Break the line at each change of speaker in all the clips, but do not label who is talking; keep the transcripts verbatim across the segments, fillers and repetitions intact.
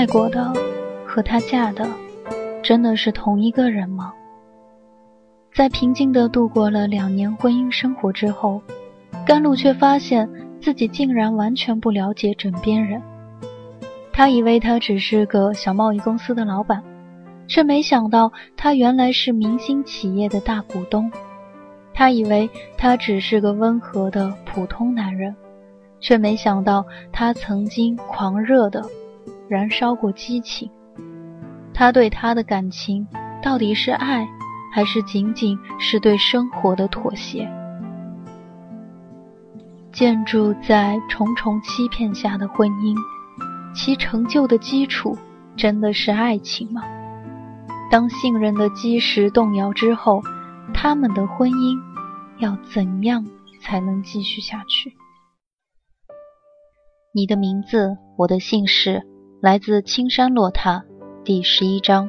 爱过的和她嫁的真的是同一个人吗？在平静地度过了两年婚姻生活之后，甘露却发现自己竟然完全不了解枕边人。他以为他只是个小贸易公司的老板，却没想到他原来是明星企业的大股东。他以为他只是个温和的普通男人，却没想到他曾经狂热地燃烧过激情。他对他的感情到底是爱，还是仅仅是对生活的妥协？建筑在重重欺骗下的婚姻，其成就的基础真的是爱情吗？当信任的基石动摇之后，他们的婚姻要怎样才能继续下去？你的名字，我的姓氏，来自青山落踏，第十一章。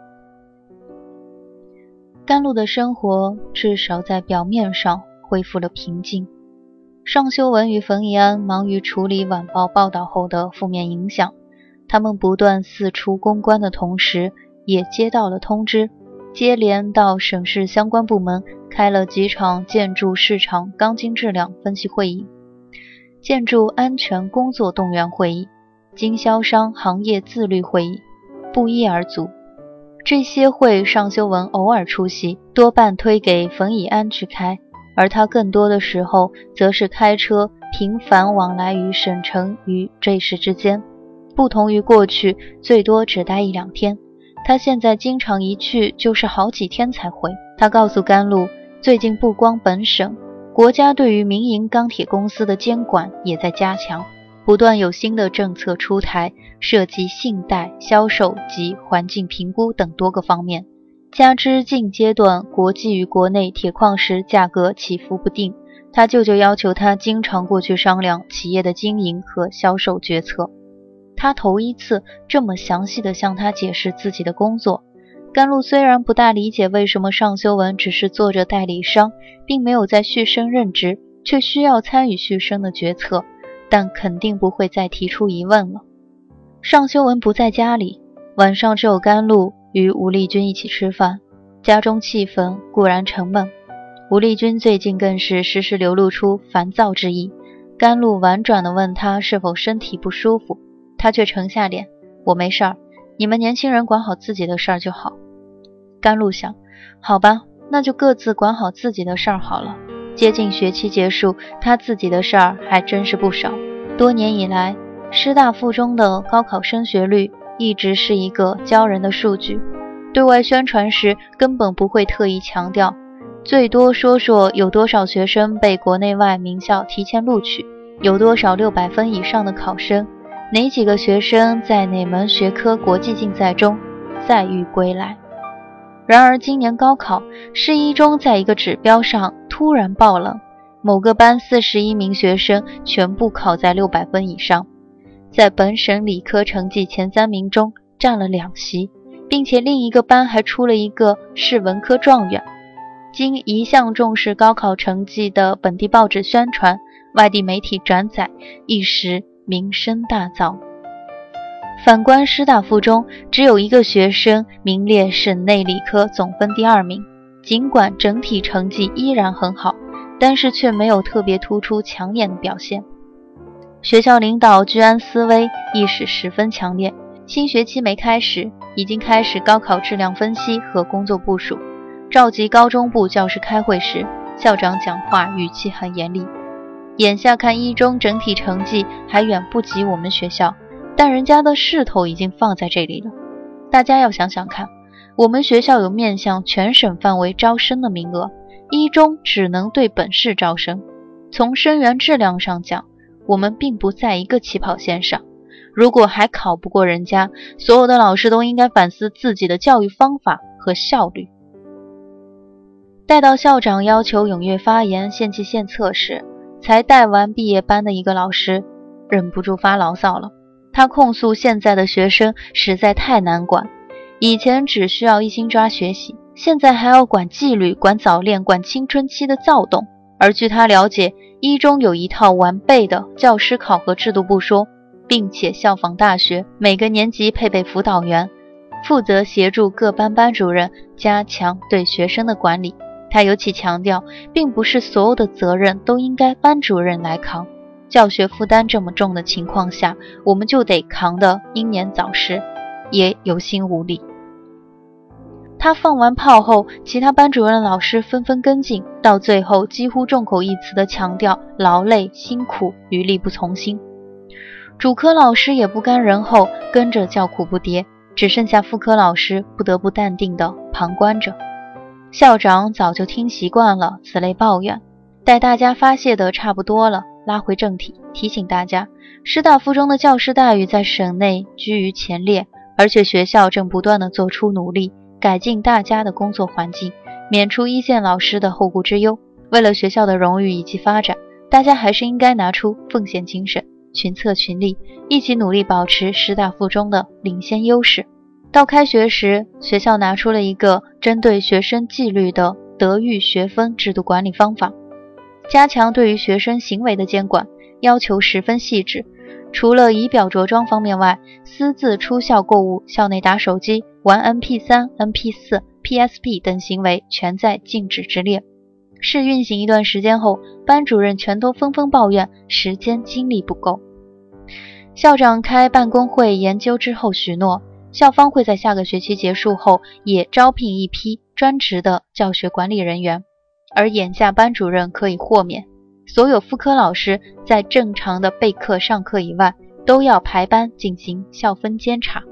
甘露的生活至少在表面上恢复了平静。尚修文与冯以安忙于处理晚报报道后的负面影响，他们不断四处公关的同时，也接到了通知，接连到省市相关部门开了几场建筑市场钢筋质量分析会议、建筑安全工作动员会议、经销商行业自律会议，不一而足。这些会尚修文偶尔出席，多半推给冯以安去开，而他更多的时候则是开车频繁往来于省城与这市之间。不同于过去最多只待一两天，他现在经常一去就是好几天才回。他告诉甘露，最近不光本省，国家对于民营钢铁公司的监管也在加强，不断有新的政策出台，涉及信贷、销售及环境评估等多个方面。加之近阶段国际与国内铁矿石价格起伏不定，他舅舅要求他经常过去商量企业的经营和销售决策。他头一次这么详细地向他解释自己的工作。甘露虽然不大理解为什么尚修文只是做着代理商，并没有在旭升任职，却需要参与旭升的决策，但肯定不会再提出疑问了。尚修文不在家里，晚上只有甘露与吴丽君一起吃饭，家中气氛固然沉闷，吴丽君最近更是时时流露出烦躁之意。甘露婉转地问他是否身体不舒服，他却沉下脸，我没事儿，你们年轻人管好自己的事儿就好。甘露想，好吧，那就各自管好自己的事儿好了。接近学期结束，他自己的事儿还真是不少。多年以来，师大附中的高考升学率一直是一个骄人的数据，对外宣传时根本不会特意强调，最多说说有多少学生被国内外名校提前录取，有多少六百分以上的考生，哪几个学生在哪门学科国际竞赛中载誉归来。然而今年高考，市一中在一个指标上突然爆冷，某个班四十一名学生全部考在六百分以上，在本省理科成绩前三名中占了两席，并且另一个班还出了一个市文科状元。经一向重视高考成绩的本地报纸宣传，外地媒体转载，一时名声大噪。反观师大附中，只有一个学生名列省内理科总分第二名，尽管整体成绩依然很好，但是却没有特别突出抢眼的表现。学校领导居安思危，意识十分强烈。新学期没开始，已经开始高考质量分析和工作部署。召集高中部教师开会时，校长讲话语气很严厉。眼下看一中整体成绩还远不及我们学校，但人家的势头已经放在这里了。大家要想想看，我们学校有面向全省范围招生的名额，一中只能对本市招生。从生源质量上讲，我们并不在一个起跑线上。如果还考不过人家，所有的老师都应该反思自己的教育方法和效率。待到校长要求踊跃发言献计献策时，才带完毕业班的一个老师忍不住发牢骚了。他控诉现在的学生实在太难管，以前只需要一心抓学习，现在还要管纪律、管早恋、管青春期的躁动。而据他了解，一中有一套完备的教师考核制度不说， 并且效仿大学，每个年级配备辅导员，负责协助各班班主任加强对学生的管理。他尤其强调，并不是所有的责任都应该班主任来扛，教学负担这么重的情况下，我们就得扛得英年早逝，也有心无力。他放完炮后，其他班主任老师纷纷跟进，到最后几乎众口一词地强调劳累辛苦与力不从心。主科老师也不甘人后，跟着叫苦不迭，只剩下副科老师不得不淡定地旁观着。校长早就听习惯了此类抱怨，待大家发泄得差不多了，拉回正题，提醒大家，师大附中的教师待遇在省内居于前列，而且学校正不断地做出努力，改进大家的工作环境，免除一线老师的后顾之忧。为了学校的荣誉以及发展，大家还是应该拿出奉献精神，群策群力，一起努力保持师大附中的领先优势。到开学时，学校拿出了一个针对学生纪律的德育学分制度管理方法，加强对于学生行为的监管，要求十分细致。除了仪表着装方面外，私自出校购物、校内打手机、玩 M P 三、M P 四、P S P 等行为全在禁止之列。试运行一段时间后，班主任全都纷纷抱怨时间精力不够。校长开办公会研究之后许诺，校方会在下个学期结束后也招聘一批专职的教学管理人员，而眼下班主任可以豁免，所有副科老师在正常的备课上课以外，都要排班进行校分监察。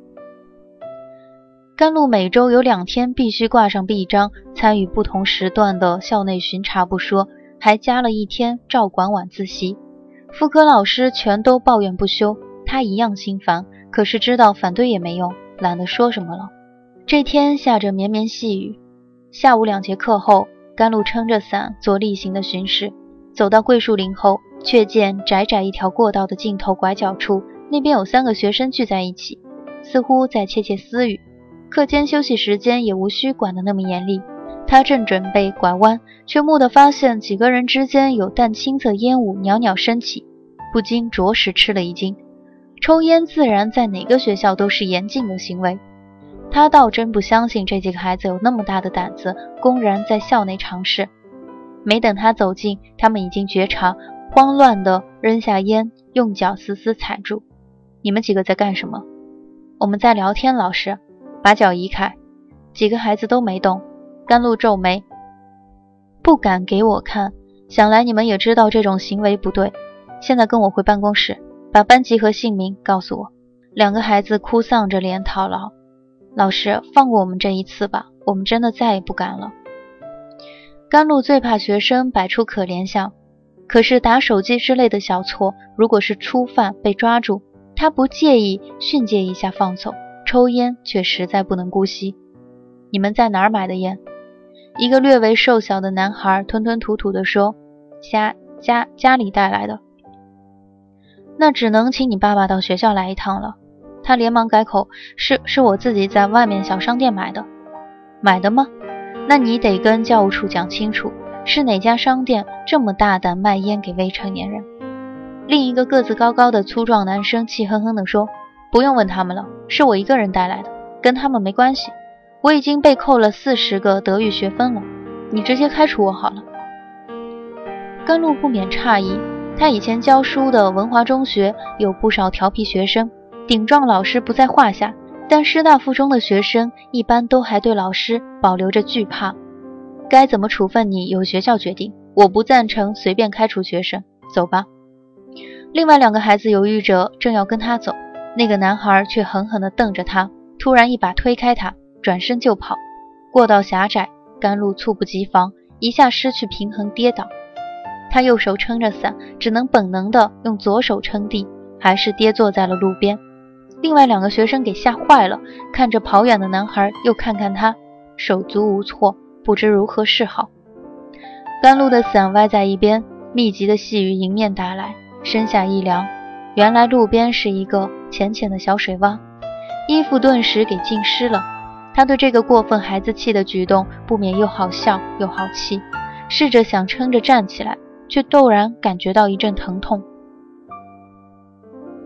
甘露每周有两天必须挂上臂章，参与不同时段的校内巡查不说，还加了一天照管晚自习。副科老师全都抱怨不休，他一样心烦，可是知道反对也没用，懒得说什么了。这天下着绵绵细雨，下午两节课后，甘露撑着伞做例行的巡视，走到桂树林后，却见窄窄一条过道的尽头拐角处，那边有三个学生聚在一起，似乎在窃窃私语。课间休息时间也无需管得那么严厉，他正准备拐弯，却蓦地发现几个人之间有淡青色烟雾袅袅升起，不禁着实吃了一惊。抽烟自然在哪个学校都是严禁的行为，他倒真不相信这几个孩子有那么大的胆子，公然在校内尝试。没等他走近，他们已经觉察，慌乱地扔下烟，用脚死死踩住。你们几个在干什么？我们在聊天，老师。把脚移开。几个孩子都没动。甘露皱眉，不敢给我看，想来你们也知道这种行为不对。现在跟我回办公室，把班级和姓名告诉我。两个孩子哭丧着脸讨饶，老师放过我们这一次吧，我们真的再也不敢了。甘露最怕学生摆出可怜相，可是打手机之类的小错，如果是初犯被抓住，他不介意训诫一下放走，抽烟却实在不能姑息。你们在哪儿买的烟？一个略为瘦小的男孩吞吞吐吐地说，家家家里带来的。那只能请你爸爸到学校来一趟了。他连忙改口，是是我自己在外面小商店买的。买的吗？那你得跟教务处讲清楚，是哪家商店这么大胆卖烟给未成年人。另一个个子高高的粗壮男生气哼哼地说，不用问他们了，是我一个人带来的，跟他们没关系。我已经被扣了四十个德育学分了，你直接开除我好了。甘露不免诧异，他以前教书的文华中学有不少调皮学生，顶撞老师不在话下，但师大附中的学生一般都还对老师保留着惧怕。该怎么处分你由学校决定，我不赞成随便开除学生，走吧。另外两个孩子犹豫着正要跟他走，那个男孩却狠狠地瞪着他，突然一把推开他，转身就跑。过道狭窄，甘露猝不及防，一下失去平衡跌倒。他右手撑着伞，只能本能地用左手撑地，还是跌坐在了路边。另外两个学生给吓坏了，看着跑远的男孩，又看看他，手足无措，不知如何是好。甘露的伞歪在一边，密集的细雨迎面打来，身下一凉。原来路边是一个浅浅的小水洼，衣服顿时给浸湿了。他对这个过分孩子气的举动不免又好笑又好气，试着想撑着站起来，却骤然感觉到一阵疼痛。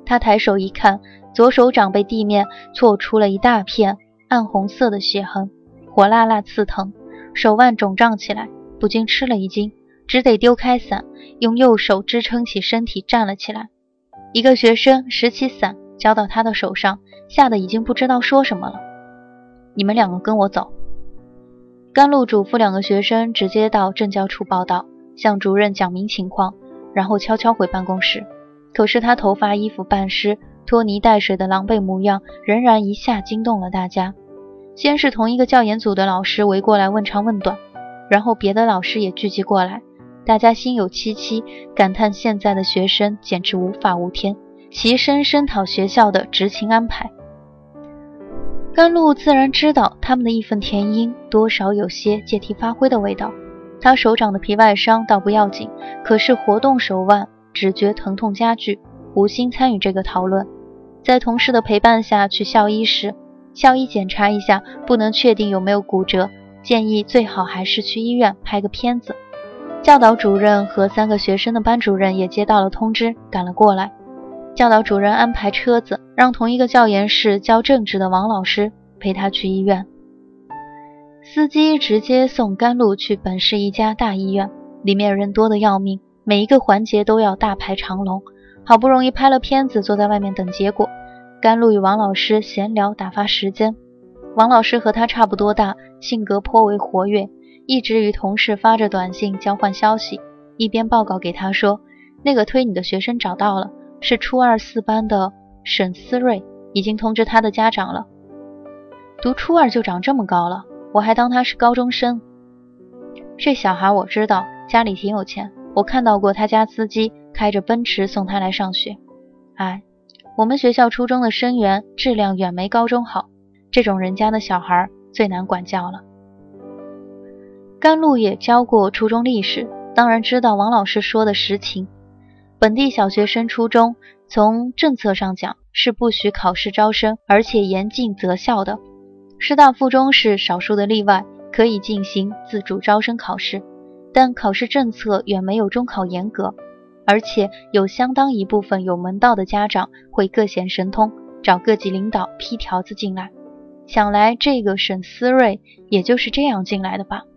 他抬手一看，左手掌被地面挫出了一大片暗红色的血痕，火辣辣刺疼，手腕肿胀起来，不禁吃了一惊，只得丢开伞，用右手支撑起身体站了起来。一个学生拾起伞交到他的手上，吓得已经不知道说什么了。你们两个跟我走。甘露嘱咐两个学生直接到政教处报到，向主任讲明情况，然后悄悄回办公室。可是他头发衣服半湿，拖泥带水的狼狈模样仍然一下惊动了大家。先是同一个教研组的老师围过来问长问短，然后别的老师也聚集过来，大家心有戚戚，感叹现在的学生简直无法无天，齐声声讨学校的执勤安排。甘露自然知道他们的义愤填膺多少有些借题发挥的味道，他手掌的皮外伤倒不要紧，可是活动手腕只觉疼痛加剧，无心参与这个讨论。在同事的陪伴下去校医时，校医检查一下，不能确定有没有骨折，建议最好还是去医院拍个片子。教导主任和三个学生的班主任也接到了通知，赶了过来。教导主任安排车子，让同一个教研室教政治的王老师陪他去医院。司机直接送甘露去本市一家大医院，里面人多得要命，每一个环节都要大排长龙。好不容易拍了片子，坐在外面等结果。甘露与王老师闲聊打发时间。王老师和他差不多大，性格颇为活跃，一直与同事发着短信交换消息，一边报告给他说，那个推你的学生找到了，是初二四班的沈思睿，已经通知他的家长了。读初二就长这么高了，我还当他是高中生。这小孩我知道，家里挺有钱，我看到过他家司机开着奔驰送他来上学。哎，我们学校初中的生源质量远没高中好，这种人家的小孩最难管教了。甘露也教过初中历史，当然知道王老师说的实情。本地小学升初中，从政策上讲是不许考试招生，而且严禁择校的。师大附中是少数的例外，可以进行自主招生考试，但考试政策远没有中考严格，而且有相当一部分有门道的家长会各显神通，找各级领导批条子进来。想来这个沈思睿也就是这样进来的吧。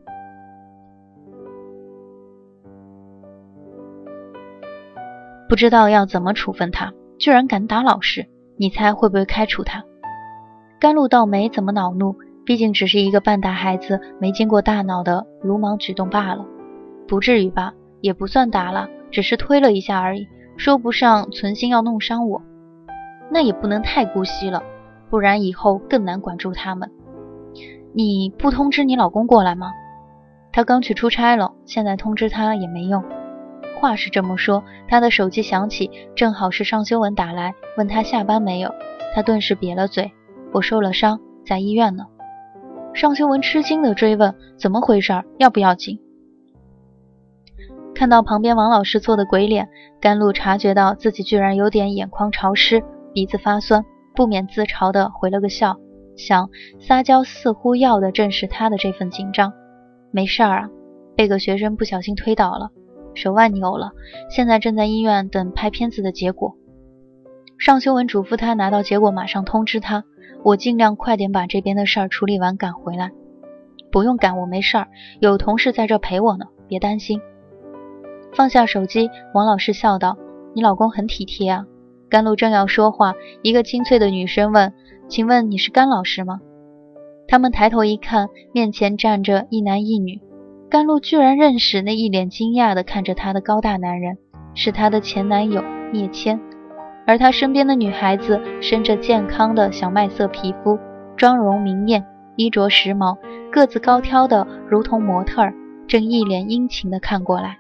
不知道要怎么处分他，居然敢打老师，你猜会不会开除他？甘露倒没怎么恼怒，毕竟只是一个半大孩子，没经过大脑的鲁莽举动罢了。不至于吧，也不算打了，只是推了一下而已，说不上存心要弄伤我。那也不能太姑息了，不然以后更难管住他们。你不通知你老公过来吗？他刚去出差了，现在通知他也没用。话是这么说，他的手机响起，正好是尚修文打来，问他下班没有。他顿时瘪了嘴，我受了伤，在医院呢。尚修文吃惊地追问，怎么回事？要不要紧？看到旁边王老师做的鬼脸，甘露察觉到自己居然有点眼眶潮湿，鼻子发酸，不免自嘲地回了个笑，想撒娇似乎要的正是他的这份紧张。没事儿啊，被个学生不小心推倒了，手腕扭了，现在正在医院等拍片子的结果。尚修文嘱咐他拿到结果马上通知他，我尽量快点把这边的事儿处理完赶回来。不用赶，我没事儿，有同事在这陪我呢，别担心。放下手机，王老师笑道，你老公很体贴啊。甘露正要说话，一个清脆的女声问，请问你是甘老师吗？他们抬头一看，面前站着一男一女，甘露居然认识那一脸惊讶地看着她的高大男人，是她的前男友聂谦。而她身边的女孩子生着健康的小麦色皮肤，妆容明艳，衣着时髦，个子高挑的如同模特儿，正一脸殷勤地看过来。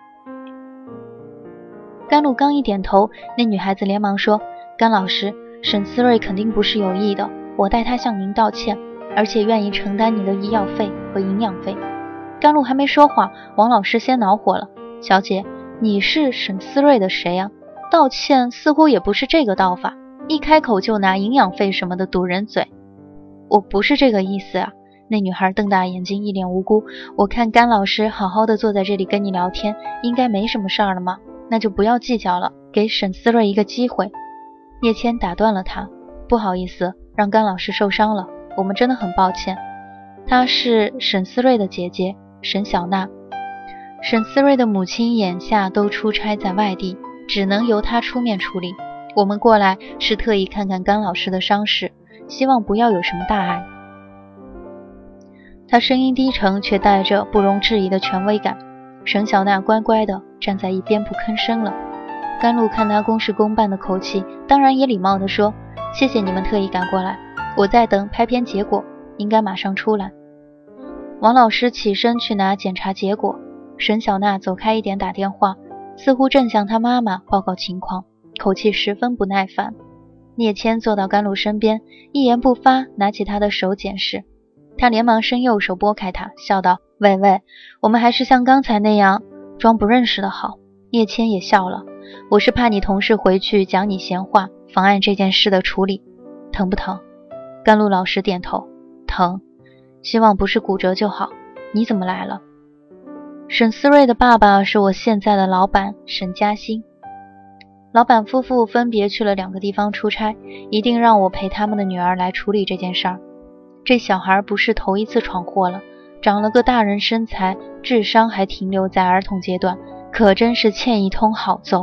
甘露刚一点头，那女孩子连忙说，甘老师，沈思睿肯定不是有意的，我代他向您道歉，而且愿意承担你的医药费和营养费。甘露还没说话，王老师先恼火了，小姐，你是沈思睿的谁啊？道歉似乎也不是这个道法，一开口就拿营养费什么的堵人嘴。我不是这个意思啊。那女孩瞪大眼睛，一脸无辜，我看甘老师好好的坐在这里跟你聊天，应该没什么事儿了吗？那就不要计较了，给沈思睿一个机会。 聂谦打断了他，不好意思，让甘老师受伤了，我们真的很抱歉。她是沈思睿的姐姐，沈小娜。沈思睿的母亲眼下都出差在外地，只能由她出面处理。我们过来是特意看看甘老师的伤势，希望不要有什么大碍。她声音低沉，却带着不容置疑的权威感。沈小娜乖乖地站在一边不吭声了。甘露看她公事公办的口气，当然也礼貌地说，谢谢你们特意赶过来，我在等拍片结果，应该马上出来。王老师起身去拿检查结果，沈小娜走开一点打电话，似乎正向她妈妈报告情况，口气十分不耐烦。聂谦坐到甘露身边，一言不发，拿起她的手检视。他连忙伸右手拨开她，笑道，喂喂，我们还是像刚才那样装不认识的好。聂谦也笑了，我是怕你同事回去讲你闲话，妨碍这件事的处理。疼不疼？甘露老实点头，疼，希望不是骨折就好。你怎么来了？沈思睿的爸爸是我现在的老板沈嘉欣。老板夫妇分别去了两个地方出差，一定让我陪他们的女儿来处理这件事儿。这小孩不是头一次闯祸了，长了个大人身材，智商还停留在儿童阶段，可真是欠一通好揍。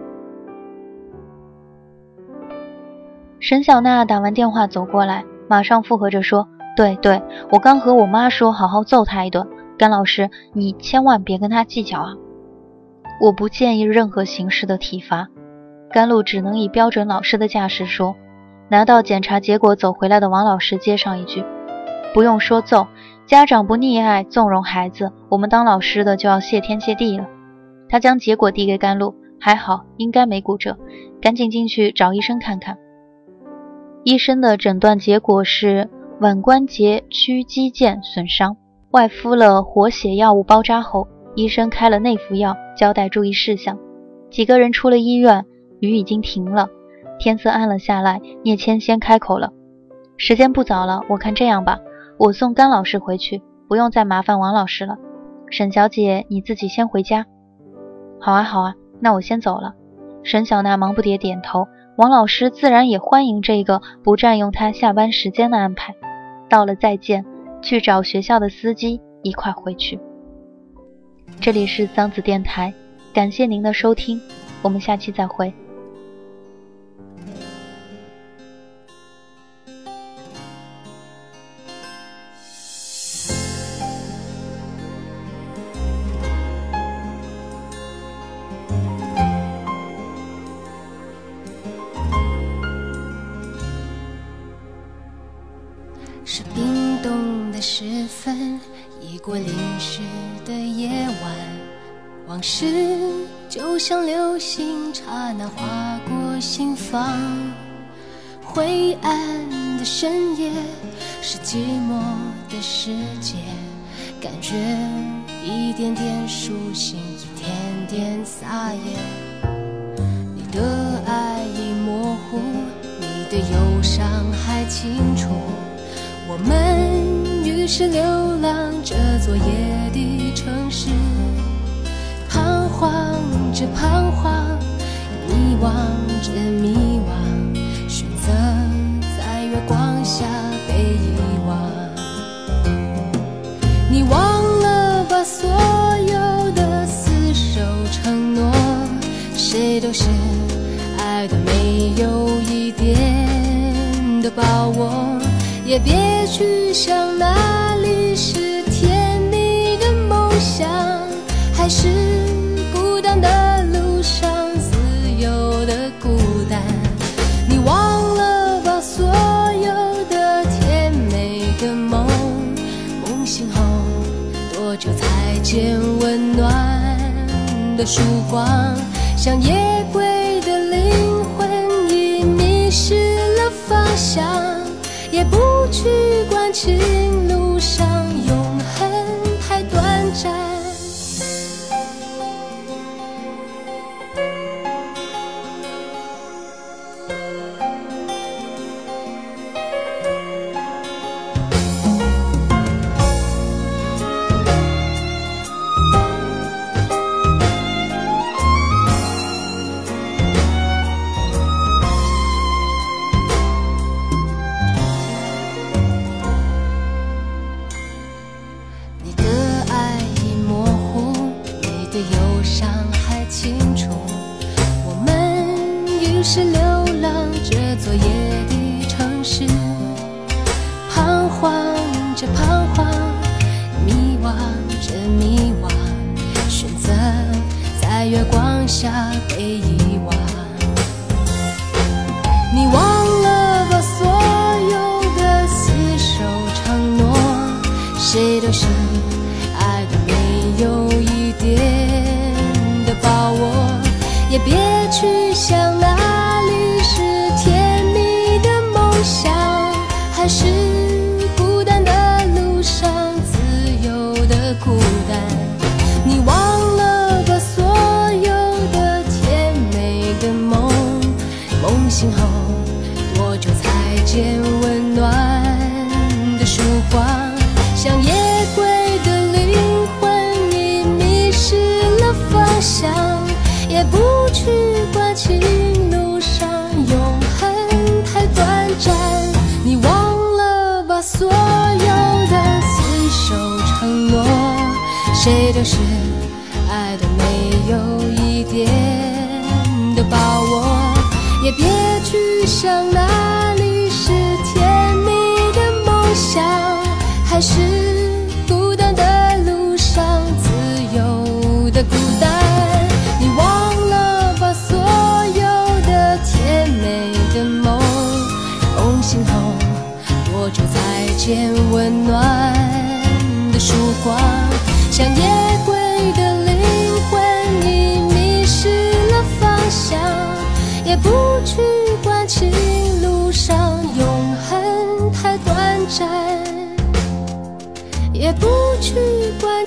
沈小娜打完电话走过来，马上附和着说，对对，我刚和我妈说好好揍他一顿，甘老师你千万别跟他计较啊。我不建议任何形式的体罚。甘露只能以标准老师的架势说。拿到检查结果走回来的王老师接上一句，不用说揍，家长不溺爱纵容孩子，我们当老师的就要谢天谢地了。他将结果递给甘露，还好，应该没骨折，赶紧进去找医生看看。医生的诊断结果是腕关节屈肌腱损伤，外敷了活血药物包扎后，医生开了内服药，交代注意事项。几个人出了医院，雨已经停了，天色暗了下来。聂谦先开口了，时间不早了，我看这样吧，我送甘老师回去，不用再麻烦王老师了。沈小姐你自己先回家。好啊好啊，那我先走了。沈小娜忙不迭点头，王老师自然也欢迎这个不占用他下班时间的安排。到了再见，去找学校的司机一块回去。这里是桑梓电台，感谢您的收听，我们下期再会。
是冰冻的时分，已过淋湿的夜晚，往事就像流星，刹那划过心房。灰暗的深夜，是寂寞的世界，感觉一点点苏醒，一点点撒野。你的爱已模糊，你的忧伤还清楚，我们于是流浪这座夜的城市，彷徨着彷徨，迷惘着迷惘，选择在月光下被遗忘。你忘了把所有的厮守承诺，谁都是爱的没有一点的把握，也别去想哪里是甜蜜的梦想，还是孤单的路上自由的孤单。你忘了把所有的甜美的梦，梦醒后多久才见温暖的曙光，像夜归的灵魂已迷失了方向，也不去管情路上永恒太短暂。 还清楚，我们于是流浪这座夜的城市，彷徨着彷徨，迷惘着迷惘，选择在月光下被遗忘。你忘了吧所有的厮守承诺，谁都是爱的没有一点的把握，也别去想哪里是甜蜜的梦想，还是孤单的路上自由的孤单。你忘了吧所有的甜美的梦，梦醒后多久才见温暖的曙光，像夜归的灵魂已迷失了方向，也不去关心路上永恒太短暂。你忘了吧所有的厮守承诺，谁都是爱的没有一点的把握，也别去想哪里是甜蜜的梦想，还是孤单的路上自由的孤单。你忘了吧所有的甜美的梦，梦醒后多久才见温暖的曙光，像夜归的灵魂已迷失了方向，也不去关心路上永恒太短暂，也不去关